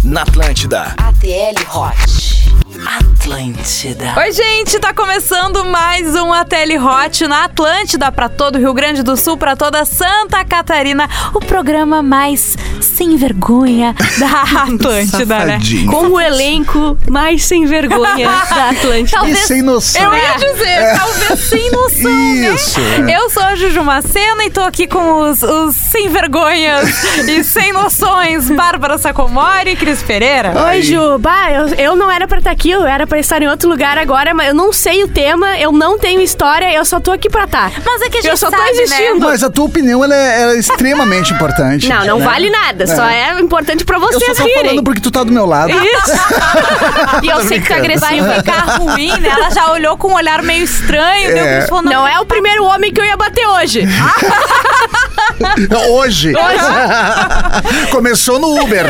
na Atlântida. ATL Hot. Atlântida. Oi, gente, tá começando mais um ATL Hot na Atlântida, pra todo o Rio Grande do Sul, pra toda Santa Catarina, o programa mais sem vergonha da Atlântida, né? Com o elenco mais sem vergonha da Atlântida. Talvez, e sem noção. Eu ia dizer, talvez sem noção, Isso, né? Eu sou a Juju Macena e tô aqui com os sem vergonhas e sem noções, Bárbara Sacomori e Cris Pereira. Oi, Ju. Eu não era pra estar aqui, eu era pra estar em outro lugar agora, mas eu não sei o tema, eu não tenho história, eu só tô aqui pra estar. Mas é que a gente eu só sabe, tô existindo. né? Mas a tua opinião, ela é extremamente importante. Não né? vale nada, só é importante pra Eu vocês só tô rirem. falando porque tu tá do meu lado. Isso. E eu sei que tu é Vai agressiva. ficar ruim, né? Ela já olhou com um olhar meio estranho. Deu Cris falou, Não é o primeiro homem que eu ia bater hoje. Hoje. Começou no Uber.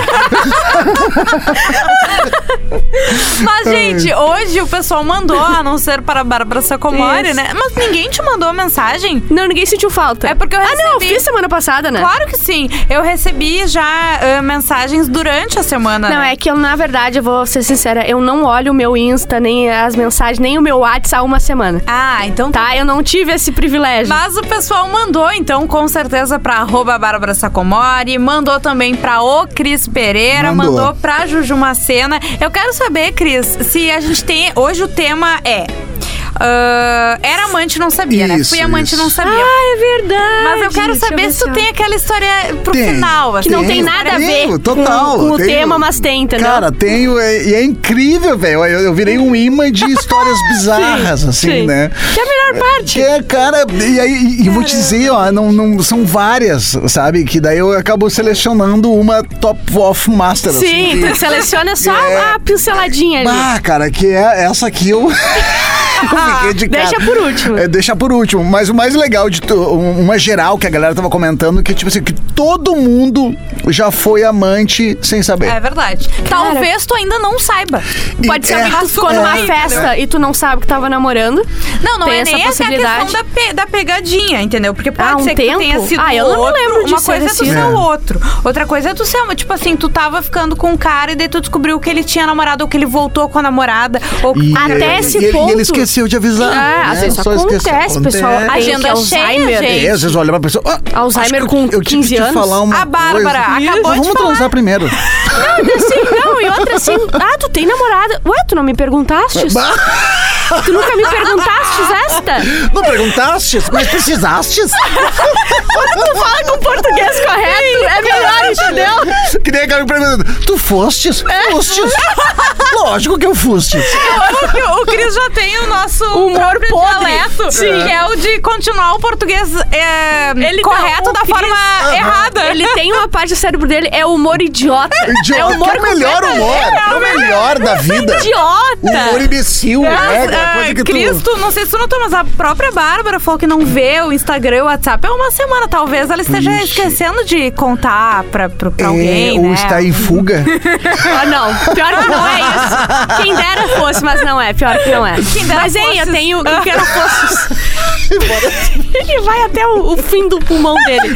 Mas, gente, hoje o pessoal mandou, a não ser para a Bárbara Sacomori, Isso. né? Mas ninguém te mandou mensagem? Não, ninguém sentiu falta. É porque eu recebi... não, eu fiz semana passada, né? Claro que sim. Eu recebi já mensagens durante a semana. Não, né? é que eu, na verdade, eu vou ser sincera, eu não olho o meu Insta, nem as mensagens, nem o meu WhatsApp há uma semana. Ah, então Tá? Eu não tive esse privilégio. Mas o pessoal mandou, então, com certeza, pra @Bárbara Sacomori, mandou também pra o Cris Pereira, mandou pra Juju Macena. Eu quero saber, Cris, se a gente tem... Hoje o tema é... era amante, não sabia, né? Fui amante, não sabia. Ah, é verdade. Mas eu quero saber se tu tem aquela história pro final, assim. Que não tem nada a ver total, com o tema, mas tem, entendeu? Cara, tenho, e é incrível, velho. Eu virei um imã de histórias bizarras, assim, né? Que é a melhor parte. Cara, e aí, vou te dizer, ó, não são várias, sabe? Que daí eu acabo selecionando uma top of master, assim. Sim, tu seleciona só a pinceladinha ali. Ah, cara, que é essa aqui eu... fiquei de cara. Deixa por último. Deixa por último. Mas o mais legal de uma geral que a galera tava comentando, que tipo assim, que todo mundo já foi amante sem saber. É verdade. Talvez tu ainda não saiba. Pode ser que tu ficou numa festa e tu não sabe que tava namorando. Não tem é essa nem possibilidade. a questão da pegadinha, entendeu? Porque pode um ser que tempo? tu tenha sido eu não outro. lembro Uma disso coisa é tu assim. ser o outro. Outra coisa é tu ser tipo assim, tu tava ficando com um cara e daí tu descobriu que ele tinha namorado ou que ele voltou com a namorada. Ou até esse e ponto... ele esqueceu de avisar. Às vezes acontece, pessoal. Agenda cheia, gente. Às vezes olha pra pessoa... Alzheimer com 15 anos. Falar uma A Bárbara coisa. acabou de Vamos falar. transar primeiro. Não, e outra assim... tu tem namorada. Ué, tu não me perguntaste? Tu nunca me perguntaste esta? Não perguntaste, mas precisaste. Quando tu fala com português correto, é melhor, entendeu? Que nem aquela me perguntando, tu fostes? Fostes. Lógico que eu fostes. O Cris já tem o nosso Humor próprio podre. dialeto, Sim. que é o de continuar o português correto da forma errada. Ele tem uma parte do cérebro dele, é humor idiota. Idiota, É humor que é o melhor humor. É o melhor da vida. idiota. Humor imbecil, né? Aquela coisa que Cristo, não sei se tu notou, mas a própria Bárbara falou que não vê o Instagram e o WhatsApp há uma semana. Talvez ela esteja esquecendo de contar pra alguém, ou né? está em fuga. Não, pior que não é isso. Quem dera fosse, mas não é. Pior que não é. Mas, hein, eu tenho... Quem dera fosse. Ele vai até o fim do pulmão dele.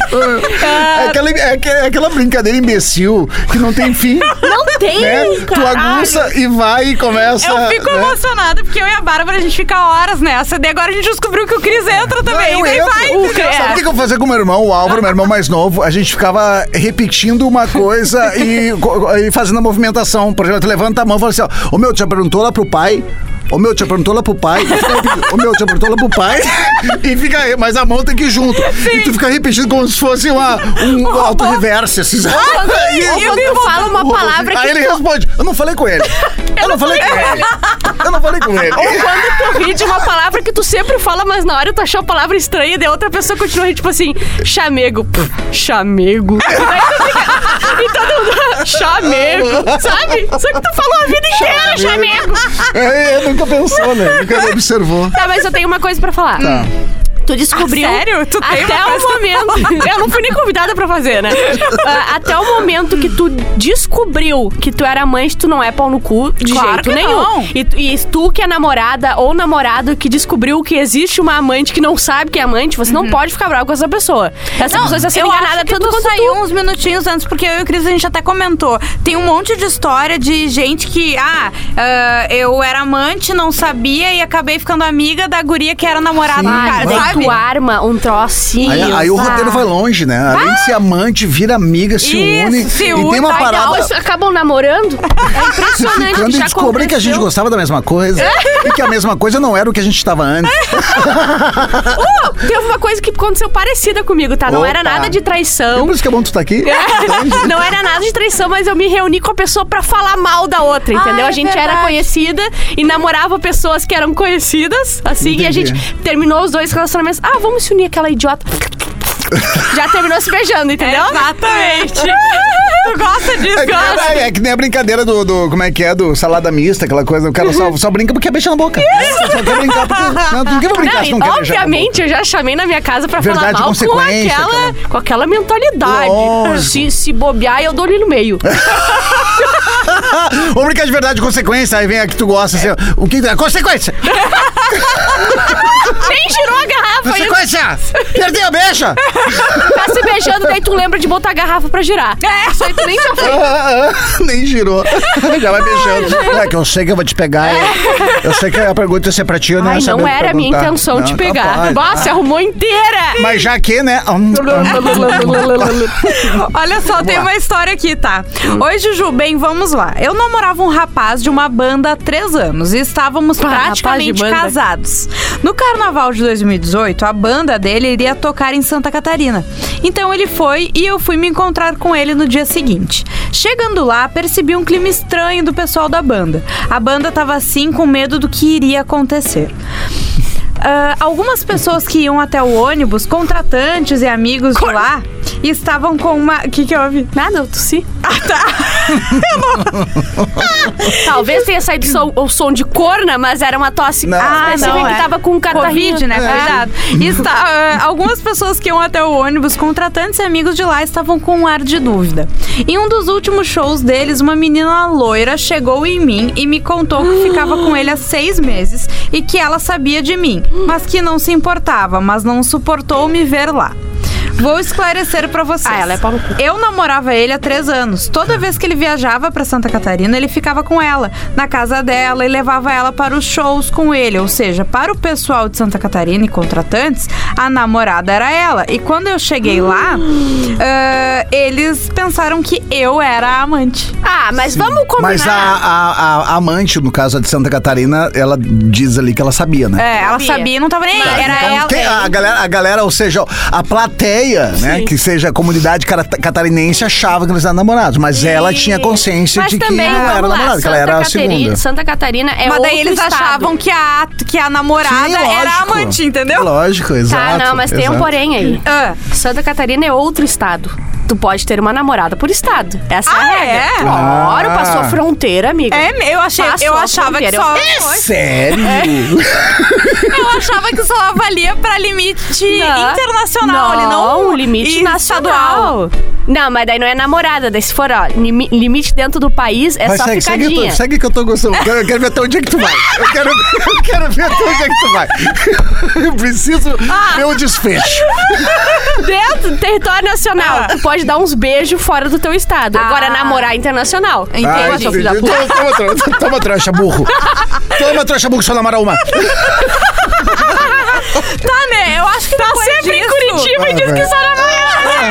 É aquela brincadeira imbecil que não tem fim. Não tem, Né? Tu caralho. aguça e vai e começa. Eu fico né? emocionada, porque eu e a Bárbara, a gente fica horas nessa. Daí agora a gente descobriu que o Cris entra também. Eu E daí entro. vai. Sabe o que eu fazia com o meu irmão, o Álvaro, meu irmão mais novo? A gente ficava repetindo uma coisa e fazendo a movimentação. Por exemplo, tu levanta a mão e fala assim, ó, o meu, tu já perguntou lá pro pai? O meu, já perguntou lá pro pai. O meu, já perguntou lá pro pai. E fica aí, mas a mão tem que ir junto. E tu fica repetindo como se fosse um auto-reverse, assim. Quando tu fala uma palavra Aí que... ele responde, eu não falei com ele. Eu não falei com ele. Eu não falei com ele. Ou quando tu ri de uma palavra que tu sempre fala, mas na hora tu achou a palavra estranha, daí outra pessoa continua rindo, tipo assim, chamego. Chamego. E todo mundo, chamego, sabe? Só que tu falou a vida inteira, chamego. Nunca pensou, né? Nunca observou. Tá, mas eu tenho uma coisa pra falar. Tá. Tu descobriu. Sério? Tu tem até o momento. Eu não fui nem convidada pra fazer, né? Até o momento que tu descobriu que tu era amante, tu não é pau no cu de Claro jeito que nenhum. não. E tu que é namorada ou namorado que descobriu que existe uma amante que não sabe que é amante, você não pode ficar bravo com essa pessoa. Essa pessoa está sendo enganada tanto quanto saiu uns minutinhos antes, porque eu e o Cris, a gente até comentou. Tem um monte de história de gente que, eu era amante, não sabia e acabei ficando amiga da guria que era namorada do cara, daí sabe? tu arma um trocinho. Aí o roteiro vai longe, né? Além de ser amante, vira amiga, se une. se E une, tem uma vai dar parada... Elas acabam namorando. É impressionante. Quando que já descobri que a gente aconteceu. gostava da mesma coisa e que a mesma coisa não era o que a gente estava antes. Teve uma coisa que aconteceu parecida comigo, tá? Não Opa. era nada de E traição. por isso que é bom tu estar aqui. Não era nada de traição, mas eu me reuni com a pessoa pra falar mal da outra, entendeu? Ah, é A gente era verdade. conhecida e namorava pessoas que eram conhecidas, assim, e a Entendi. gente terminou os dois relacionamentos. Ah, vamos se unir, aquela idiota. Já terminou se beijando, entendeu? Exatamente. Tu gosta disso? É que nem a brincadeira do como é que é, do salada mista, aquela coisa. O cara só brinca porque quer beijar na boca. Só quer brincar porque... Não, tu não quer brincar Não, se e não quer beijar na obviamente, eu já chamei na minha casa pra Verdade, falar mal consequência, com aquela mentalidade. Lógico. Se bobear, eu dou ali no meio. boca. Vamos brincar de verdade, consequência. Aí vem a que tu gosta, assim, o que é? Consequência! Nem girou a garrafa ainda. Consequência! Perdeu, beija! Tá se beijando, daí tu lembra de botar a garrafa pra girar. Isso aí tu nem já fez. Nem girou. Já vai beijando. É que eu sei que eu vou te pegar. Eu sei que a pergunta ia ser pra ti, eu não Ai, ia saber não o que era a minha perguntar. intenção Não, te pegar. capaz. Bah, se arrumou inteira. Mas já que, né? Olha só, tem uma história aqui, tá? Oi, Juju, bem, vamos lá. Eu namorava um rapaz de uma banda há 3 anos e estávamos praticamente rapaz de banda. casados. No carnaval de 2018, a banda dele iria tocar em Santa Catarina. Então ele foi e eu fui me encontrar com ele no dia seguinte. Chegando lá, percebi um clima estranho do pessoal da banda. A banda tava assim com medo do que iria acontecer. Algumas pessoas que iam até o ônibus, contratantes e amigos de lá, estavam com uma... O que houve? Nada, eu tossi. Talvez tenha saído o som de corna, mas era uma tosse. Não. Você vê que tava com um catarrinho. Covid, né? Cuidado. Algumas pessoas que iam até o ônibus, contratantes e amigos de lá, estavam com um ar de dúvida. Em um dos últimos shows deles, uma menina loira chegou em mim e me contou que ficava com ele há 6 meses e que ela sabia de mim, mas que não se importava, mas não suportou me ver lá. Vou esclarecer pra vocês. Ah, ela é pau no cu. Eu namorava ele há 3 anos. Toda vez que ele viajava pra Santa Catarina, ele ficava com ela, na casa dela, e levava ela para os shows com ele. Ou seja, para o pessoal de Santa Catarina e contratantes, a namorada era ela. E quando eu cheguei lá, eles pensaram que eu era a amante. Ah, mas vamos combinar. Mas a amante, no caso a de Santa Catarina, ela diz ali que ela sabia, né? Ela sabia e não tava nem aí. Era Então, ela. a galera, ou seja, a plateia, né, que seja a comunidade catarinense, achava que eles eram namorados, mas ela tinha consciência Mas de que também, não era vamos lá, namorada, que ela era a segunda. Santa Catarina é Mas outro daí eles estado. achavam que a namorada Sim, era a lógico. amante, entendeu? Lógico, exato. Tá, não, mas tem um exato. porém aí. Santa Catarina é outro estado. Tu pode ter uma namorada por estado. Essa é a regra. é? Claro, Ah. passou a fronteira, amiga. Eu Passou a achava que fronteira. só... Sério? Eu achava que só valia pra limite internacional, ele não limite estadual. nacional. Não, mas daí não é namorada. Daí se for, ó, limite dentro do país é Mas só ficadinha. segue que eu tô gostando. Eu quero ver até onde é que tu vai. Eu quero ver até onde é que tu vai. Eu preciso ver o desfecho. Dentro do território nacional, tu pode dar uns beijos fora do teu estado. Agora, namorar internacional. Entendi. Seu filho da puta. Toma trouxa, burro. Toma trouxa, burro, só namora uma. Tá, né? Eu acho que Tá sempre em Curitiba e diz que só namora.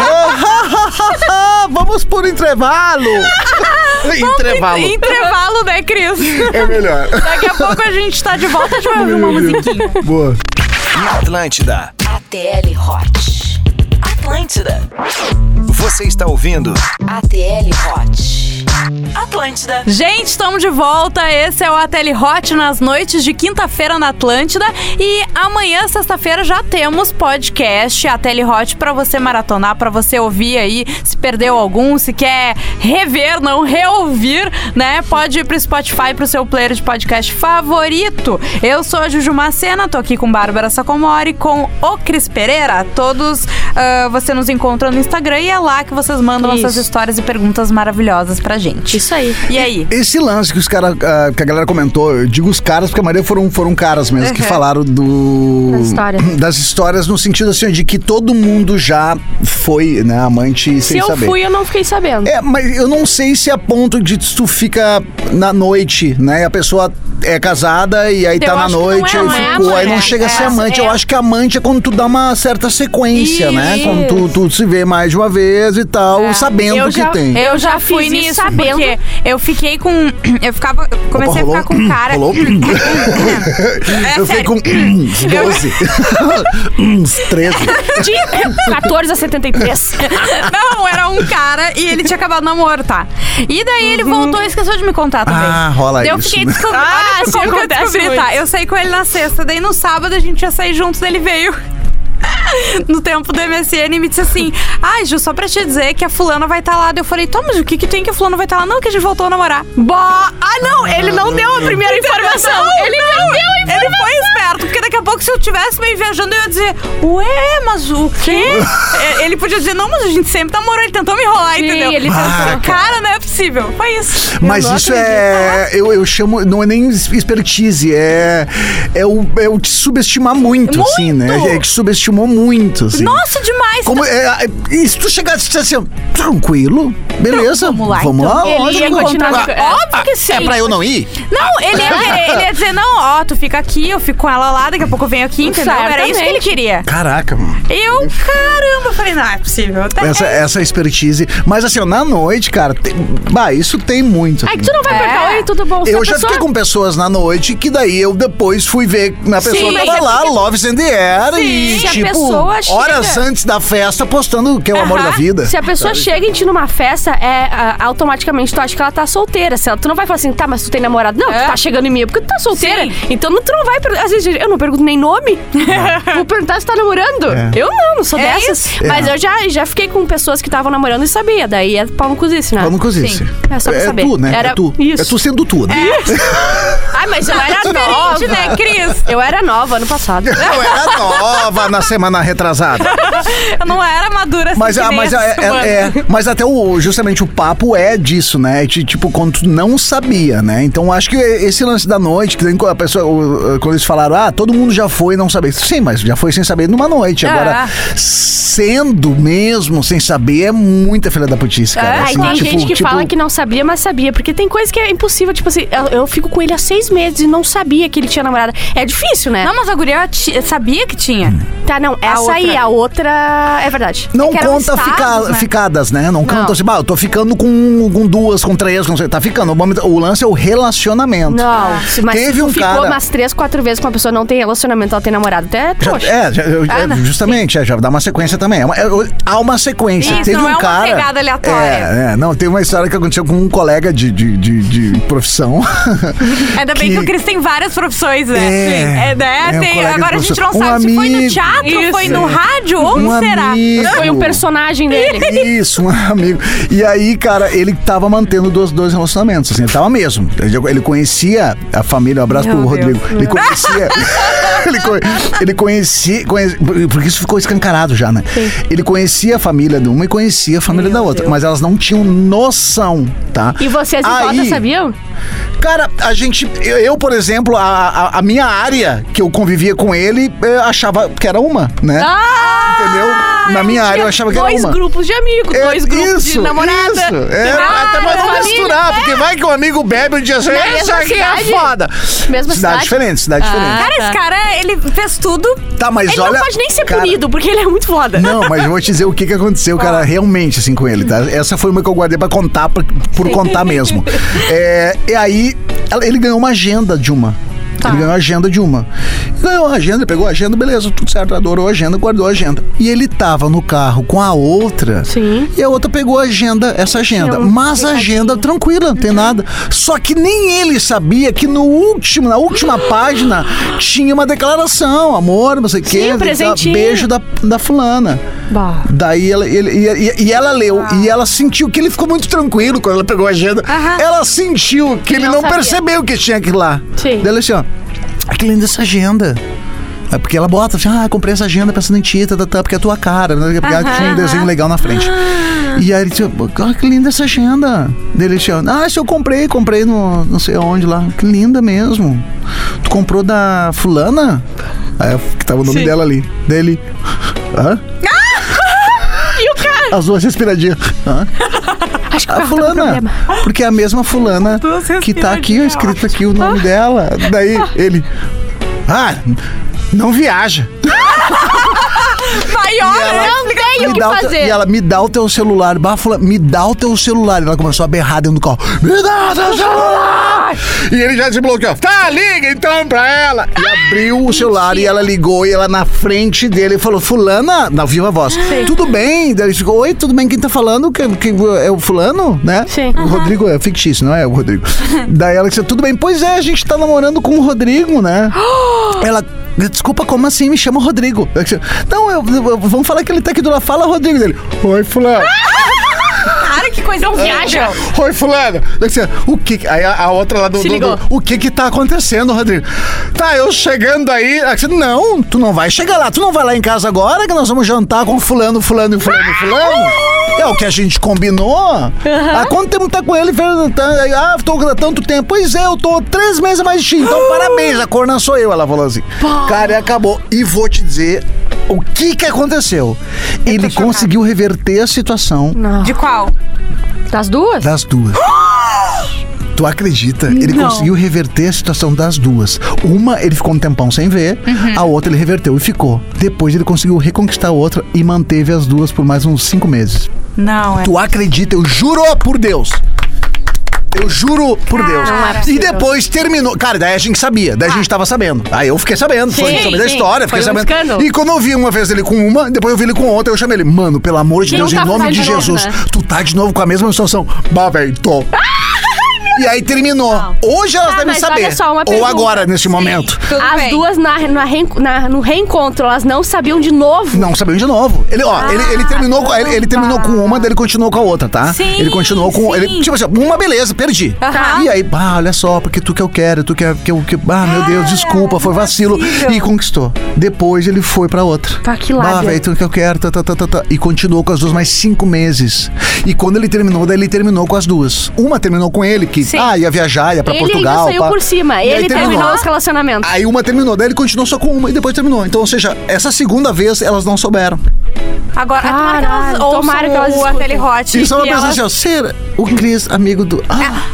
Vamos por intervalo. Intervalo, né, Cris? É melhor. Daqui a pouco a gente tá de volta, a gente vai ouvir uma musiquinha. Boa. Na Atlântida. ATL Hot. Atlântida. Você está ouvindo ATL Hot. Atlântida. Atlântida. Gente, estamos de volta. Esse é o ATL Hot nas noites de quinta-feira na Atlântida. E amanhã, sexta-feira, já temos podcast ATL Hot pra você maratonar, pra você ouvir aí. Se perdeu algum, se quer rever, não reouvir, né? Pode ir pro Spotify, pro seu player de podcast favorito. Eu sou a Juju Macena, tô aqui com Bárbara Sacomori, com o Cris Pereira. Todos você nos encontra no Instagram e é lá que vocês mandam essas histórias e perguntas maravilhosas pra gente. Isso aí. E aí? Esse lance que os caras, que a galera comentou, eu digo os caras porque a maioria foram caras mesmo, que falaram das histórias no sentido assim, de que todo mundo já foi, né, amante sem saber. Se eu fui, eu não fiquei sabendo. Mas eu não sei se é a ponto de tu fica na noite, né, e a pessoa é casada e aí tá na noite, aí ficou, aí não chega a ser amante. Eu acho que amante é quando tu dá uma certa sequência, né, quando tu se vê mais de uma vez e tal, sabendo que tem. Eu já fui nisso, sabendo. Porque eu fiquei com... Comecei a ficar com um cara... Rolou? Eu fiquei com 12. Uns 13. De 14 a 73. Não, era um cara e ele tinha acabado o namoro, tá? E daí ele voltou e esqueceu de me contar também. Rola daí isso. Eu fiquei descobrindo. Olha como que eu descobri, tá? Eu saí com ele na sexta, daí no sábado a gente ia sair juntos, daí ele veio... no tempo do MSN e me disse assim: ai, Ju, só pra te dizer que a fulana vai estar lá. Daí eu falei, mas o que tem que a fulana vai estar lá? Não, que a gente voltou a namorar. Não, ele não deu a primeira informação. Ele não deu a informação. Ele foi esperto, porque daqui a pouco se eu tivesse meio viajando eu ia dizer, ué, mas o quê? Ele podia dizer, não, mas a gente sempre namorou. Ele tentou me enrolar, entendeu? Ele tentou. Cara, não é possível. Foi isso. Mas isso eu chamo, não é nem expertise, é o te subestimar muito, assim, né? É que subestimou muito, assim. Nossa, demais. E se tu chegasse e dissesse assim, tranquilo, beleza, vamos lá. Ele ia continuar. Óbvio que sim. É pra eu não ir? Não, ele ia dizer, não, tu fica aqui, eu fico com ela lá, daqui a pouco eu venho aqui, entendeu? Era isso que ele queria. Caraca, mano. Eu falei, não, é possível. Essa expertise. Mas assim, na noite, cara, isso tem muito. Que tu não vai perguntar, oi, tudo bom? Eu já fiquei com pessoas na noite que daí eu depois fui ver na pessoa que tava lá, Love's in the Air, e tipo, horas antes da festa, postando que é o amor da vida. Se a pessoa chega em ti numa festa, automaticamente tu acha que ela tá solteira. Tu não vai falar assim, tá, mas tu tem namorado. Não, tu tá chegando em mim porque tu tá solteira. Sim. Então tu não vai... Às vezes eu não pergunto nem nome. Vou perguntar se tá namorando. Eu não sou dessas. Mas eu já fiquei com pessoas que estavam namorando e sabia. Daí é pau no cozice, né? Pau no cozice. É só pra saber. Tu, né? É tu. Isso. É tu sendo tu, né? Ai, mas eu era nova, né, Cris? Eu era nova ano passado. Eu era nova na semana retrasada. Eu não era madura assim. Mas até justamente o papo é disso, né? Tipo, quando tu não sabia, né? Então acho que esse lance da noite, que a pessoa, quando eles falaram, todo mundo já foi e não sabia. Sim, mas já foi sem saber numa noite. Agora, sendo mesmo sem saber, é muita filha da putice, cara. Assim, tem gente que fala que não sabia, mas sabia. Porque tem coisa que é impossível. Tipo assim, eu fico com ele há 6 meses e não sabia que ele tinha namorada. É difícil, né? Não, mas a guria sabia que tinha. Tá, não. A outra é verdade. Não conta ficadas, né? Não conta assim, eu tô ficando com 2, com 3, não sei. Tá ficando. O lance é o relacionamento. Não, mas teve se tu ficou umas 3, 4 vezes com uma pessoa não tem relacionamento, ela tem namorado. Até trouxa. Justamente, já dá uma sequência também. Há uma sequência. Isso, teve não um cara. Uma pegada aleatória. Não, tem uma história que aconteceu com um colega de profissão. Ainda bem que o Cris tem várias profissões, né? Agora a gente não sabe se foi no teatro, foi no rádio, onde será? Foi um personagem dele. Isso, um amigo. E aí, cara, ele tava mantendo dois relacionamentos, assim, ele tava mesmo. Ele conhecia a família, um abraço pro Rodrigo. Ele conhecia... ele conhecia... Porque isso ficou escancarado já, né? Sim. Ele conhecia a família de uma e conhecia a família da outra. Mas elas não tinham noção, tá? E vocês em volta sabiam? Cara, eu, por exemplo, a minha área que eu convivia com ele, achava que era uma, né? Entendeu? Na minha área eu achava que era uma. 2 grupos de amigos, 2 grupos de namorada. Até pra não misturar, porque vai que o amigo bebe um dia assim, essa aqui é foda. Mesma cidade diferente. Cara, esse cara, ele fez tudo. Tá, mas ele olha... não pode nem ser punido, porque ele é muito foda. Não, mas eu vou te dizer o que aconteceu, cara, realmente, assim, com ele, tá? Essa foi uma que eu guardei pra contar, por contar mesmo. E aí, ele ganhou uma agenda de uma. Ele ganhou a agenda de uma. Ganhou a agenda, pegou a agenda, beleza, tudo certo, adorou a agenda, guardou a agenda. E ele tava no carro com a outra. Sim. E a outra pegou a agenda, essa agenda. Mas a agenda tranquila, não tem nada. Só que nem ele sabia que na última página tinha uma declaração, amor, não sei o quê. Sim, presentinho. Beijo da fulana. Bah. Daí ela leu e ela sentiu que ele ficou muito tranquilo quando ela pegou a agenda. Ela sentiu que ele não sabia. percebeu que tinha aquilo lá. Sim. Daí ela assim, ó, que linda essa agenda. É porque ela bota assim, comprei essa agenda pensando em ti, porque é a tua cara, né? Porque ela tinha um desenho legal na frente. E aí ele disse, que linda essa agenda. Daí ele disse, se eu comprei no não sei aonde lá. Que linda mesmo. Tu comprou da fulana? Aí que tava o nome dela ali. Daí ele, E o cara? as duas respiradinhas. Acho que A fulana, porque é a mesma fulana que tá aqui, ó, escrito aqui o nome dela. Daí ele, não viaja. Maior, não tem o que fazer. E ela, me dá o teu celular. Me dá o teu celular. E ela começou a berrar dentro do carro. Me dá o teu celular! E ele já desbloqueou. Tá, liga então pra ela. E abriu o celular e ela ligou. E ela na frente dele falou, fulana, na viva voz. Sim. Tudo bem? Daí ele ficou, oi, tudo bem? Quem tá falando? Que é o fulano, né? Sim. O Rodrigo é fictício, não é o Rodrigo. Daí ela disse, tudo bem? Pois é, a gente tá namorando com o Rodrigo, né? Ela... Desculpa, como assim? Me chama Rodrigo. Não, vamos falar que ele tá aqui do lado. Fala, Rodrigo, dele. Oi, fulano. Cara, que coisa não viaja. Oi, fulano. O que? Aí a outra lá do o que tá acontecendo, Rodrigo? Tá, eu chegando aí. Não, tu não vai chegar lá. Tu não vai lá em casa agora que nós vamos jantar com fulano. É o que a gente combinou. Há quanto tempo tá com ele? Tô há tanto tempo. Pois é, eu tô 3 meses mais de ti. Então, parabéns, a corna sou eu. Ela falou assim. Cara, acabou. E vou te dizer o que aconteceu. Ele conseguiu reverter a situação. Não. De qual? Das duas? Das duas. Tu acredita? Ele conseguiu reverter a situação das duas. Uma, ele ficou um tempão sem ver. A outra, ele reverteu e ficou. Depois, ele conseguiu reconquistar a outra e manteve as duas por mais uns 5 meses. Não, Tu acredita? Eu juro por Deus. Eu juro por Deus. E depois terminou. Cara, daí a gente sabia. Daí a gente tava sabendo. Aí eu fiquei sabendo. Foi sobre da história. Fiquei sabendo. Escândalo. E quando eu vi uma vez ele com uma, depois eu vi ele com outra, eu chamei ele. Mano, pelo amor de Deus, em nome de Jesus, tu tá de novo com a mesma situação. Bah, velho, tô. E aí terminou. Hoje elas devem saber. Ou agora, neste momento. As duas no reencontro, elas não sabiam de novo. Não sabiam de novo. Ele terminou com uma, daí ele continuou com a outra, tá? Sim, ele continuou com... Ele, tipo assim, uma beleza, perdi. E aí, olha só, porque tu que eu quero, tu quer que eu... meu Deus, desculpa, foi vacilo. E conquistou. Depois ele foi pra outra. Que lábia. Velho, tu que eu quero, E continuou com as duas mais 5 meses. E quando ele terminou, daí ele terminou com as duas. Uma terminou com ele, que ia viajar, ia pra Portugal. Ele saiu por cima. Ele terminou os relacionamentos. Aí uma terminou, daí ele continuou só com uma e depois terminou. Então, ou seja, essa segunda vez elas não souberam. Agora, tomara que elas ouçam aquele hot. E só uma pessoa assim, ser o Cris, amigo do...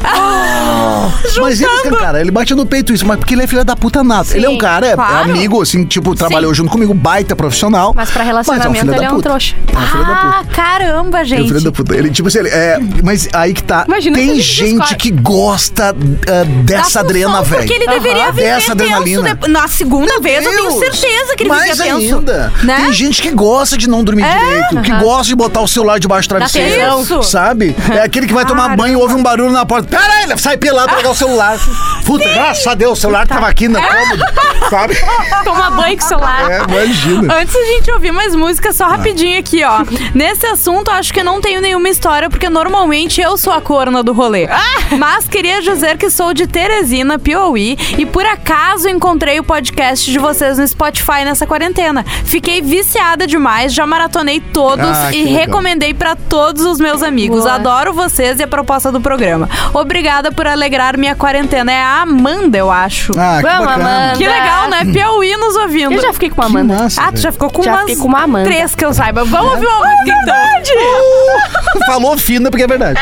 Mas ele, cara, ele bate no peito isso, mas porque ele é filho da puta nato. Ele é um cara, é amigo, assim, tipo, trabalhou junto comigo, baita profissional. Mas pra relacionamento ele é um trouxa. É um filho da puta. Caramba, gente. É um filho da puta. Ele, tipo assim, mas aí que tá. Imagina, tem gente que gosta dessa adrena, velho. Porque ele deveria viver dessa adrenalina. Na segunda vez, eu tenho certeza que ele vivia tenso. Ainda. Né? Tem gente que gosta de não dormir direito, que gosta de botar o celular debaixo do travesseiro. Isso. Sabe? É aquele que vai tomar banho e ouve um barulho na porta. Pera aí, sai pelado pra pegar o celular. Puta, graças a Deus, o celular tava aqui na cômoda. Sabe? Tomar banho com o celular. Imagina. Antes a gente ouvir mais música, só rapidinho aqui, ó. Nesse assunto, acho que eu não tenho nenhuma história, porque normalmente eu sou a corna do rolê. Mas queria dizer que sou de Teresina, Piauí, e por acaso encontrei o podcast de vocês no Spotify nessa quarentena. Fiquei viciada demais, já maratonei todos e recomendei pra todos os meus amigos. Boa. Adoro vocês e a proposta do programa. Obrigada por alegrar minha quarentena. É a Amanda, eu acho. Que Vamos, bacana. Amanda. Que legal, né? Piauí nos ouvindo. Eu já fiquei com uma Amanda. Massa, Tu já ficou com Já umas fiquei com uma Amanda. 3 que eu saiba. Vamos ouvir uma música então. Falou fina porque é verdade.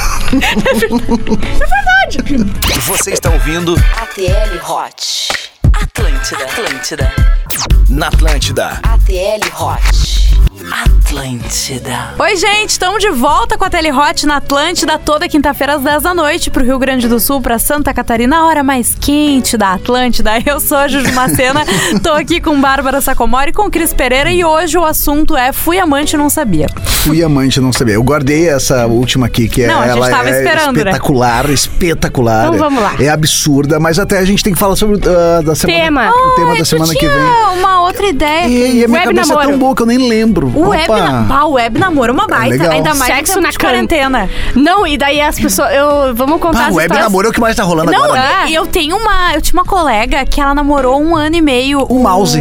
Você está ouvindo ATL Hot. Atlântida. Na Atlântida. ATL Hot. Atlântida. Oi, gente, estamos de volta com a Tele Hot na Atlântida, toda quinta-feira às 10 da noite, pro Rio Grande do Sul, pra Santa Catarina, a hora mais quente da Atlântida. Eu sou a Juju Macena, tô aqui com Bárbara Sacomori e com Cris Pereira, e hoje o assunto é Fui Amante e Não Sabia. Fui amante, não sabia. Eu guardei essa última aqui, que Não, a gente ela tava esperando, né? espetacular. Então vamos lá. É absurda, mas até a gente tem que falar sobre da semana. Tema. O tema da semana que vem. Uma outra ideia. E a minha Web cabeça é namoro. tão boa que eu nem lembro. O web namoro é uma baita, legal. ainda mais Sexo em na tempo de quarentena. Não, e daí as pessoas... Vamos contar as O web histórias. namoro é o que mais tá rolando Não, agora. eu tinha uma colega que ela namorou 1 ano e meio. Um mouse.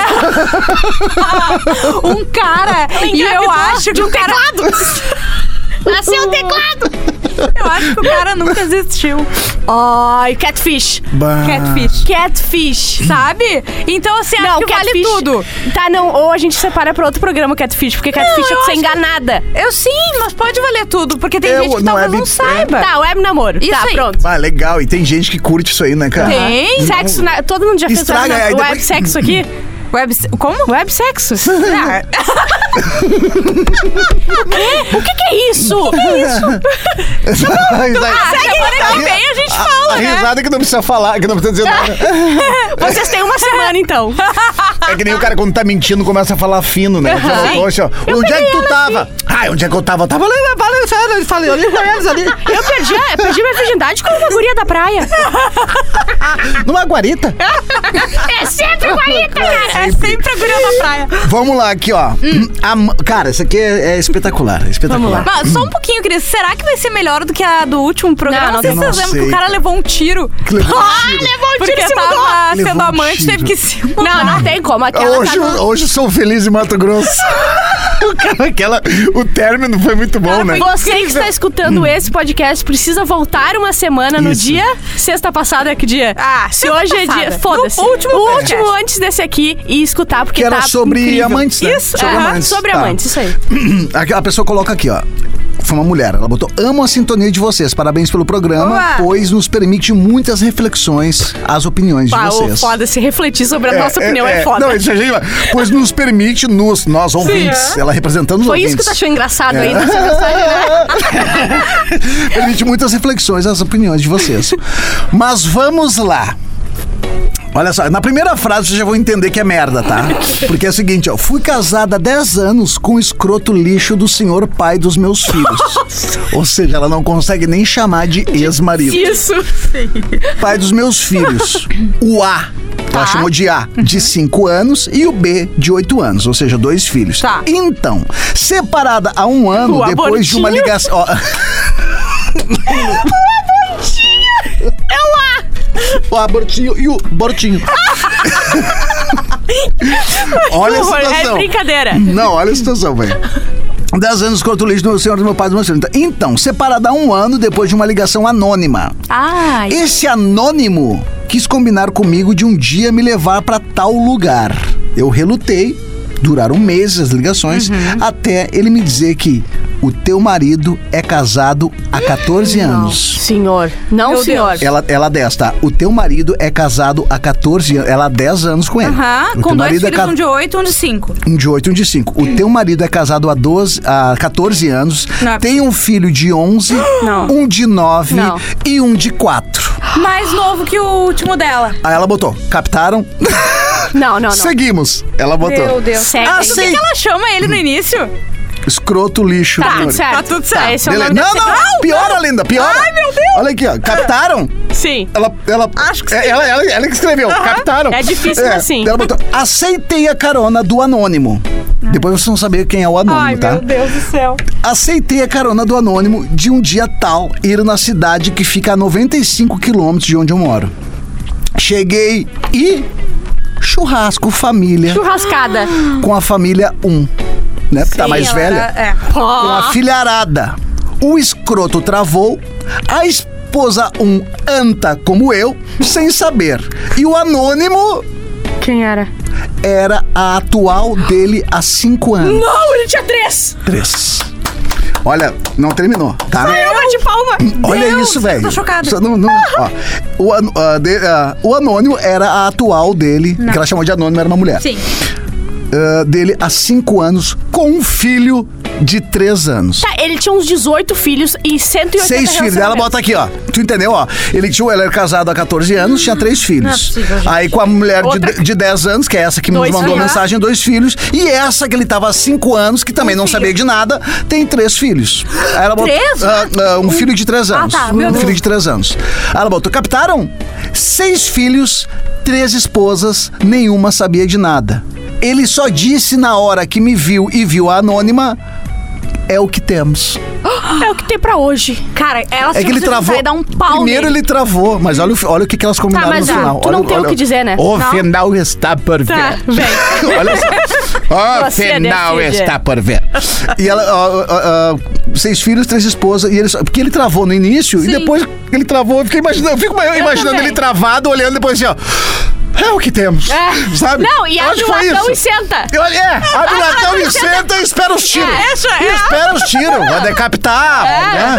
Um cara. E eu acho que o cara. Nasceu um teclado! Eu acho que o cara nunca existiu. Ai, catfish. Catfish. Catfish. Sabe? Então, assim, acho Não, que vale catfish. tudo. Tá, não. Ou a gente separa pra outro programa catfish, porque catfish é eu tu ser acho que- enganada. Eu sim, mas pode valer tudo, porque tem Eu gente que não talvez é não bem- saiba. Tá, web namoro. Isso tá, aí. pronto. Ah, legal. E tem gente que curte isso aí, né, cara? Tem? Sexo, todo mundo já fez Estraga, aí web depois- sexo aqui? Como? Web sexo. Ah, O que é isso? O que é isso? semana que vem a gente fala, a né? risada que não precisa falar, que não precisa dizer nada. Vocês têm uma semana, então. É que nem o cara quando tá mentindo começa a falar fino, né? Poxa, onde é que tu tava? Ah, onde é que eu tava? Eu tava ali, falei ali com eles ali. Eu perdi minha virgindade com uma guria da praia. Numa guarita. É sempre guarita, cara. É sempre a guria da praia. Vamos lá, aqui, ó. Cara, isso aqui é espetacular. Vamos lá. Mas só um pouquinho, Cris. Será que vai ser melhor do que a do último programa? Não, Não sei se não vocês lembram que sei. o cara levou um tiro. Levou um tiro. Levou um Porque tiro e se mudou. tava Levou sendo um amante, tiro. teve que se mudar. Não tem como. Aquela Hoje eu sou feliz em Mato Grosso. O término foi muito bom, né? Você que está escutando esse podcast precisa voltar uma semana no Isso. dia. Sexta passada é que dia? Ah, Se hoje é dia. passada. Foda-se. O último O podcast. último antes desse aqui e escutar, porque Que era tá sobre incrível. amantes, né? Isso, Sobre aham, amantes, sobre tá. amantes, isso aí. A pessoa coloca aqui, ó. Foi uma mulher, ela botou: amo a sintonia de vocês, parabéns pelo programa, Boa. pois nos permite muitas reflexões às opiniões de Pá, vocês. foda, se refletir sobre a nossa opinião é foda. Não, isso é gente, pois nos permite, nós ouvintes, ela representando os Foi ouvintes. isso que tu achou engraçado aí nessa mensagem, né? Permite muitas reflexões às opiniões de vocês. Mas vamos lá. Olha só, na primeira frase vocês já vão entender que é merda, tá? Porque é o seguinte, ó. Fui casada há 10 anos com o escroto lixo do senhor pai dos meus filhos. Ou seja, ela não consegue nem chamar de ex-marido. Isso. Pai dos meus filhos. O A, ela chamou de A, de 5 anos, e o B, de 8 anos. Ou seja, 2 filhos. Tá. Então, separada há 1 ano, O depois de uma abortinho. ligação... ó. O abortinho e o bortinho. Olha a Horror, situação. é brincadeira. Não, olha a situação, velho. 10 anos contra o lixo do senhor do meu pai e do meu filho. Então, separada há 1 ano depois de uma ligação anônima. Ai, Esse anônimo quis combinar comigo de um dia me levar pra tal lugar. Eu relutei, duraram meses as ligações, até ele me dizer que o teu marido é casado há 14 anos. Senhor. Não, Meu senhor. Ela 10, tá? O teu marido é casado há 14 anos. Ela há 10 anos com ele. aham, O teu com 2 marido filhos, é um de 8 e um de 5. um de 8 e um de 5. O teu marido é casado há 14 anos, Não é tem um filho de 11, Não. um de 9 Não. e um de 4. Mais novo que o último dela. Aí ela botou, captaram? Não. Seguimos. Ela botou. Meu Deus. Segue. Por que que ela chama ele no início? Escroto lixo. Tá senhor. tudo certo. Tá tudo certo. Esse é o Beleza. nome Não, desse- não, piora, linda, piora. Ai, meu Deus. Olha aqui, ó. Captaram? Sim. Ela, Acho que sim. ela que escreveu. Captaram. É difícil assim. Ela botou, aceitei a carona do anônimo. Depois vocês vão saber quem é o anônimo, Ai, tá? meu Deus do céu. Aceitei a carona do anônimo de um dia tal ir na cidade que fica a 95 quilômetros de onde eu moro. Cheguei e... churrasco, família, Churrascada. com a família 1, né? Porque tá mais Ela velha. era- Com a filharada. O escroto travou, a esposa 1 anta como eu, sem saber. E o anônimo Quem era? era a atual dele há 5 anos. Não, ele tinha 3. 3. Olha, não terminou, tá? Uma de palma. Olha Deus, isso, velho. tô chocada. Só não, ó, o anônimo era a atual dele, que ela chamou de anônimo, era uma mulher. Sim. dele há 5 anos com um filho de 3 anos. Tá, ele tinha uns 18 filhos e 180 6 filhos. Ela bota aqui, ó. Tu entendeu, ó? Ele era casado há 14 anos, tinha 3 filhos. Não é possível, gente. Aí com a mulher de 10 anos, que é essa que nos mandou a mensagem, 2 filhos. E essa que ele tava há 5 anos, que também não sabia de nada, tem 3 filhos. Aí ela botou, 3? um filho de 3 anos. tá, meu Um Deus. filho de 3 anos. Aí ela botou, captaram? 6 filhos, 3 esposas, nenhuma sabia de nada. Ele só disse na hora que me viu e viu a anônima, é o que temos. É o que tem pra hoje. Cara, elas É que ele travou. sair dar um pau Primeiro nele. ele travou, mas olha o que elas combinaram Tá, mas no final. tu não tem o que dizer, né? O Não. final está por ver. Tá, vem. Olha só. O Você final decide. está por ver. E ela, 6 filhos, 3 esposas. E ele, porque ele travou no início e depois que ele travou, eu fico imaginando também. ele travado, olhando depois assim, ó. É o que temos. Sabe? Não, e Eu abre acho o que foi latão isso. e senta. Abre o latão e senta e espera os tiros. Espera os tiros. Vai decapitar. Né?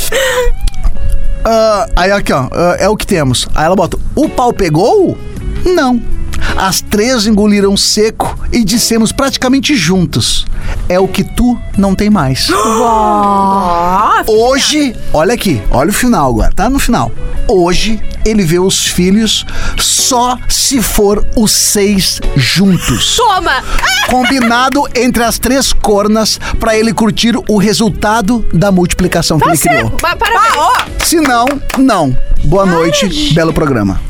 Aí aqui, ó. É o que temos. Aí ela bota, o pau pegou? Não. As 3 engoliram seco e dissemos praticamente juntos. É o que tu não tem mais. Hoje, olha aqui, olha o final agora, tá no final. Hoje ele vê os filhos só se for os 6 juntos. Toma! Combinado entre as 3 cornas pra ele curtir o resultado da multiplicação que ele criou. Parabéns. Se não, não. Boa noite, belo programa.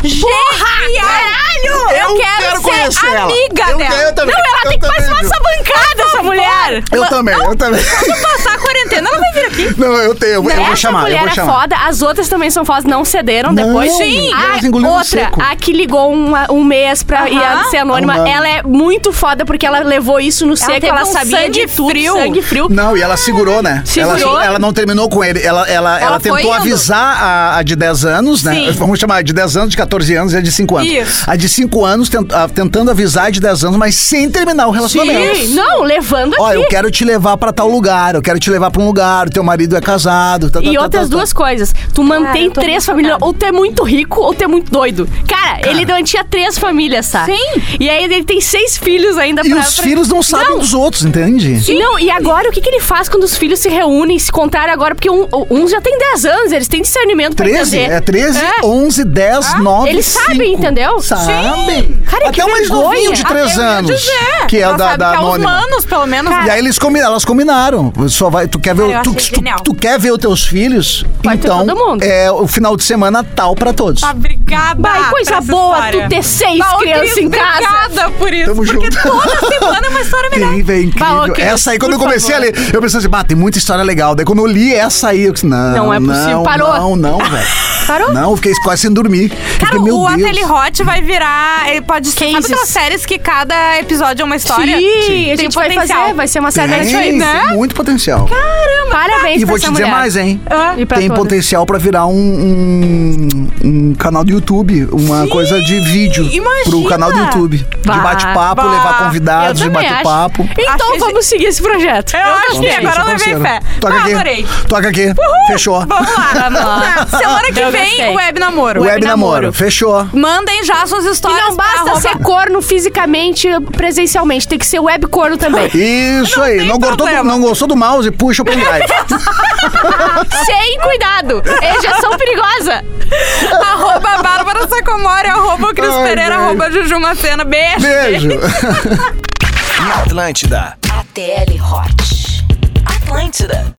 Caralho! Eu quero ser conhecer ela. amiga dela. Eu também. Não, ela tem que fazer nossa bancada, essa mulher. Eu também. Quando passar a quarentena, ela vai vir aqui. Não, eu vou Essa chamar, mulher é foda, as outras também são fodas, não cederam Não, depois. Sim. elas engoliram outra, seco. a que ligou um mês pra ir ser anônima, Aham. ela é muito foda porque ela levou isso no seco, teve ela um sabia sangue de tudo, frio. sangue frio. Não, e ela segurou, né? Segurou. Ela não terminou com ele. Ela foi tentou indo. avisar a de 10 anos, né? Sim. Vamos chamar de 10 anos, de 14 anos e a de 5 anos. Isso. A de 5 anos tentando avisar a de 10 anos, mas sem terminar o relacionamento. Sim, não, levando Ó, aqui. eu quero te levar pra tal lugar, eu quero te levar pra um lugar, o teu marido é casado. E outras duas coisas. Tu mantém eu tô 3 muito famílias. chocada. Ou tu é muito rico ou tu é muito doido. Cara, ele mantinha 3 famílias, sabe? Sim. E aí ele tem 6 filhos ainda E pra... os filhos não sabem dos outros, entende? Não, e agora o que ele faz quando os filhos se reúnem, se contarem agora? Porque uns já tem 10 anos, eles têm discernimento pra 13? entender. É 13, 11, 10, 9, eles 5. sabem, entendeu? Sabem. Cara, Até que o mais vergonha. novinho de 3 anos. Que é Ela da sabe que é os anônima. manos, pelo menos. E aí elas combinaram. Só vai, tu quer ver, eu achei genial. tu quer ver os teus filhos? Vai ter Então todo mundo. é o final de semana tal pra todos. Obrigada. Vai, coisa por essa boa história. tu ter 6 Bah, ô, crianças Cris, em casa. Obrigada por isso. Tamo porque junto. toda semana é uma história melhor. Tem, velho, incrível. Bah, ô, Cris, essa aí, quando eu por comecei favor. a ler, eu pensei assim, tem muita história legal. Daí quando eu li essa aí, eu disse, Não é possível. Parou. Não, velho. Parou? Não, eu fiquei quase sem dormir. Eu Cara, fiquei, meu o Deus. Ateli Hot vai virar. Ele pode ser. Sabe Cases. aquelas séries que cada episódio é uma história? Sim, a Tem gente vai potencial. fazer, vai ser uma série Tem, Netflix, né? tem muito potencial. Parabéns E pra vou essa te dizer mulher. mais, hein? E pra Tem todas. potencial pra virar um canal do YouTube, uma coisa de vídeo imagina! pro canal do YouTube. De Bah, bate-papo, bah. levar convidados Eu de também acho. bate-papo. Então Acho que vamos seguir esse projeto. Eu acho que Vamos agora eu ser levei parceiro. fé. Toca aqui. Adorei. Toca aqui. Fechou. Vamos lá. Semana que Eu vem, gostei. web namoro. Web namoro. Fechou. Mandem já suas E histórias. não basta pra ser corno fisicamente, presencialmente. Tem que ser web corno também. Isso aí. tem Não gostou, problema. não gostou do mouse? Puxa o pendrive. Sem cuidado. Ejeção perigosa. Arroba Bárbara Sacomori, arroba Cris Ai, Pereira, velho. arroba Juju Macena. Beijo. Beijo. Na Atlântida. ATL Hot. Atlântida.